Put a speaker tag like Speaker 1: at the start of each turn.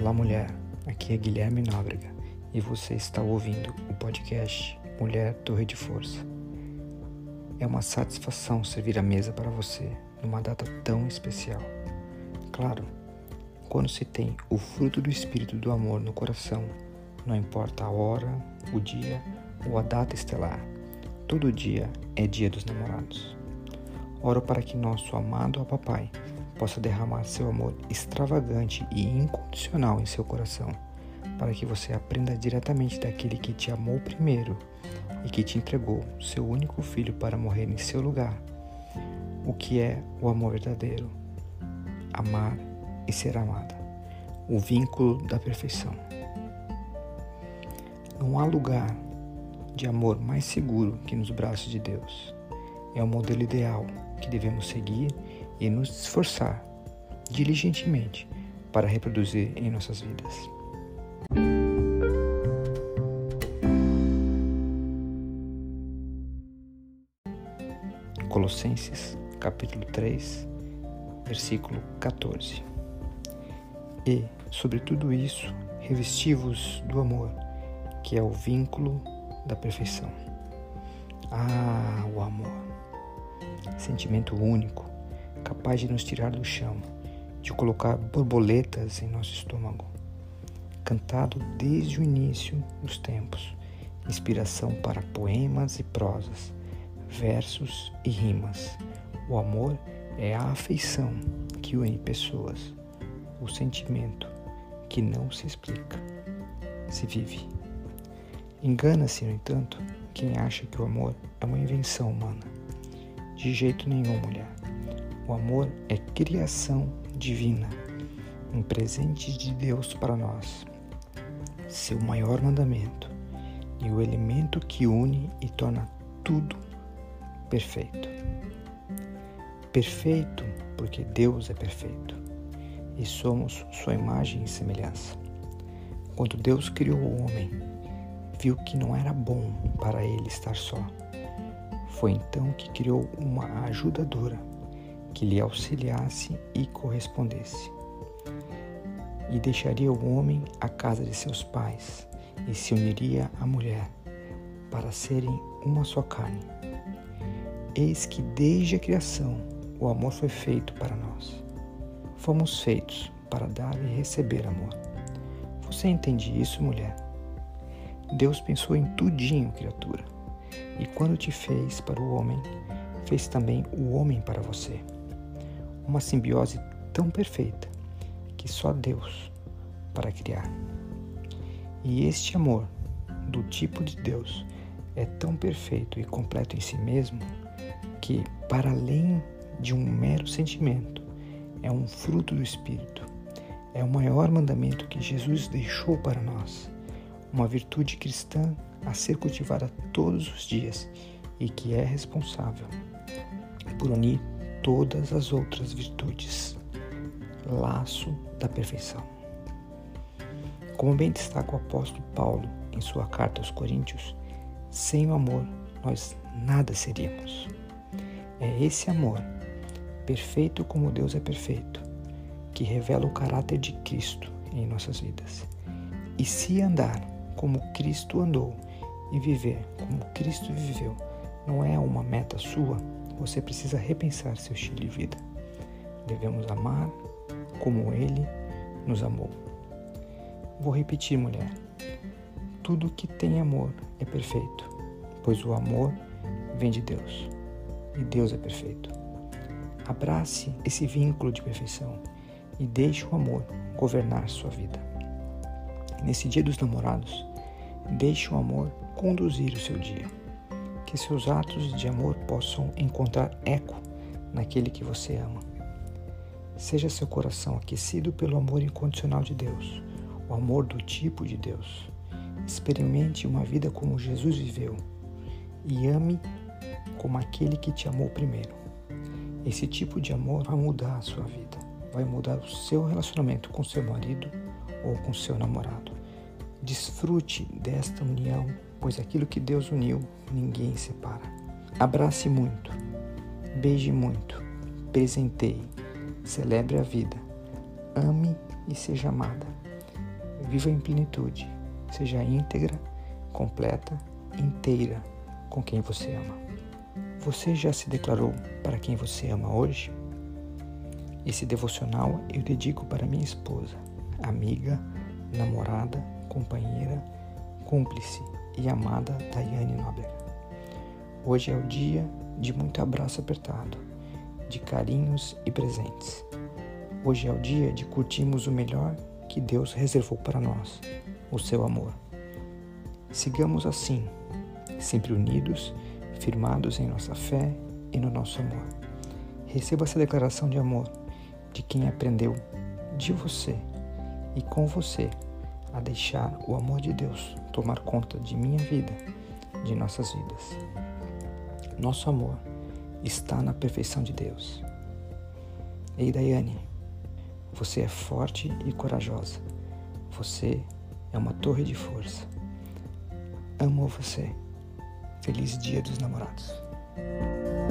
Speaker 1: Olá, mulher. Aqui é Guilherme Nóbrega e você está ouvindo o podcast Mulher Torre de Força. É uma satisfação servir a mesa para você numa data tão especial. Claro, quando se tem o fruto do Espírito do amor no coração, não importa a hora, o dia ou a data estelar, todo dia é dia dos namorados. Oro para que nosso amado papai possa derramar seu amor extravagante e incondicional em seu coração, para que você aprenda diretamente daquele que te amou primeiro e que te entregou seu único filho para morrer em seu lugar. O que é o amor verdadeiro? Amar e ser amada. O vínculo da perfeição. Não há lugar de amor mais seguro que nos braços de Deus. É o modelo ideal que devemos seguir e nos esforçar diligentemente para reproduzir em nossas vidas. Colossenses, capítulo 3, versículo 14. E, sobre tudo isso, revesti-vos do amor, que é o vínculo da perfeição. O amor! Sentimento único, capaz de nos tirar do chão, de colocar borboletas em nosso estômago. Cantado desde o início dos tempos, inspiração para poemas e prosas, versos e rimas. O amor é a afeição que une pessoas, o sentimento que não se explica, se vive. Engana-se, no entanto, quem acha que o amor é uma invenção humana. De jeito nenhum, mulher. O amor é criação divina, um presente de Deus para nós, seu maior mandamento e o elemento que une e torna tudo perfeito. Perfeito porque Deus é perfeito e somos sua imagem e semelhança. Quando Deus criou o homem, viu que não era bom para ele estar só. Foi então que criou uma ajudadora que lhe auxiliasse e correspondesse. E deixaria o homem à casa de seus pais e se uniria à mulher para serem uma só carne. Eis que desde a criação o amor foi feito para nós. Fomos feitos para dar e receber amor. Você entende isso, mulher? Deus pensou em tudinho, criatura. E quando te fez para o homem, fez também o homem para você. Uma simbiose tão perfeita que só Deus para criar. E este amor, do tipo de Deus, é tão perfeito e completo em si mesmo que, para além de um mero sentimento, é um fruto do Espírito. É o maior mandamento que Jesus deixou para nós. Uma virtude cristã a ser cultivada todos os dias e que é responsável por unir todas as outras virtudes. Laço da perfeição. Como bem destaca o apóstolo Paulo em sua carta aos Coríntios, sem o amor nós nada seríamos. É esse amor, perfeito como Deus é perfeito, que revela o caráter de Cristo em nossas vidas. E se andar como Cristo andou e viver como Cristo viveu não é uma meta sua, você precisa repensar seu estilo de vida. Devemos amar como Ele nos amou. Vou repetir, mulher. Tudo que tem amor é perfeito, pois o amor vem de Deus e Deus é perfeito. Abrace esse vínculo de perfeição e deixe o amor governar sua vida. Nesse dia dos namorados, deixe o amor conduzir o seu dia. Que seus atos de amor possam encontrar eco naquele que você ama. Seja seu coração aquecido pelo amor incondicional de Deus, o amor do tipo de Deus. Experimente uma vida como Jesus viveu e ame como aquele que te amou primeiro. Esse tipo de amor vai mudar a sua vida, vai mudar o seu relacionamento com seu marido ou com seu namorado. Desfrute desta união, pois aquilo que Deus uniu, ninguém separa. Abrace muito, beije muito, presenteie, celebre a vida, ame e seja amada. Viva em plenitude. Seja íntegra, completa, inteira com quem você ama. Você já se declarou para quem você ama hoje? Esse devocional eu dedico para minha esposa, amiga, namorada, companheira, cúmplice e amada Daiane Nóbrega. Hoje é o dia de muito abraço apertado, de carinhos e presentes. Hoje é o dia de curtirmos o melhor que Deus reservou para nós, o seu amor. Sigamos assim, sempre unidos, firmados em nossa fé e no nosso amor. Receba essa declaração de amor de quem aprendeu de você e com você a deixar o amor de Deus tomar conta de minha vida, de nossas vidas. Nosso amor está na perfeição de Deus. Ei, Daiane, você é forte e corajosa. Você é uma torre de força. Amo você. Feliz Dia dos Namorados.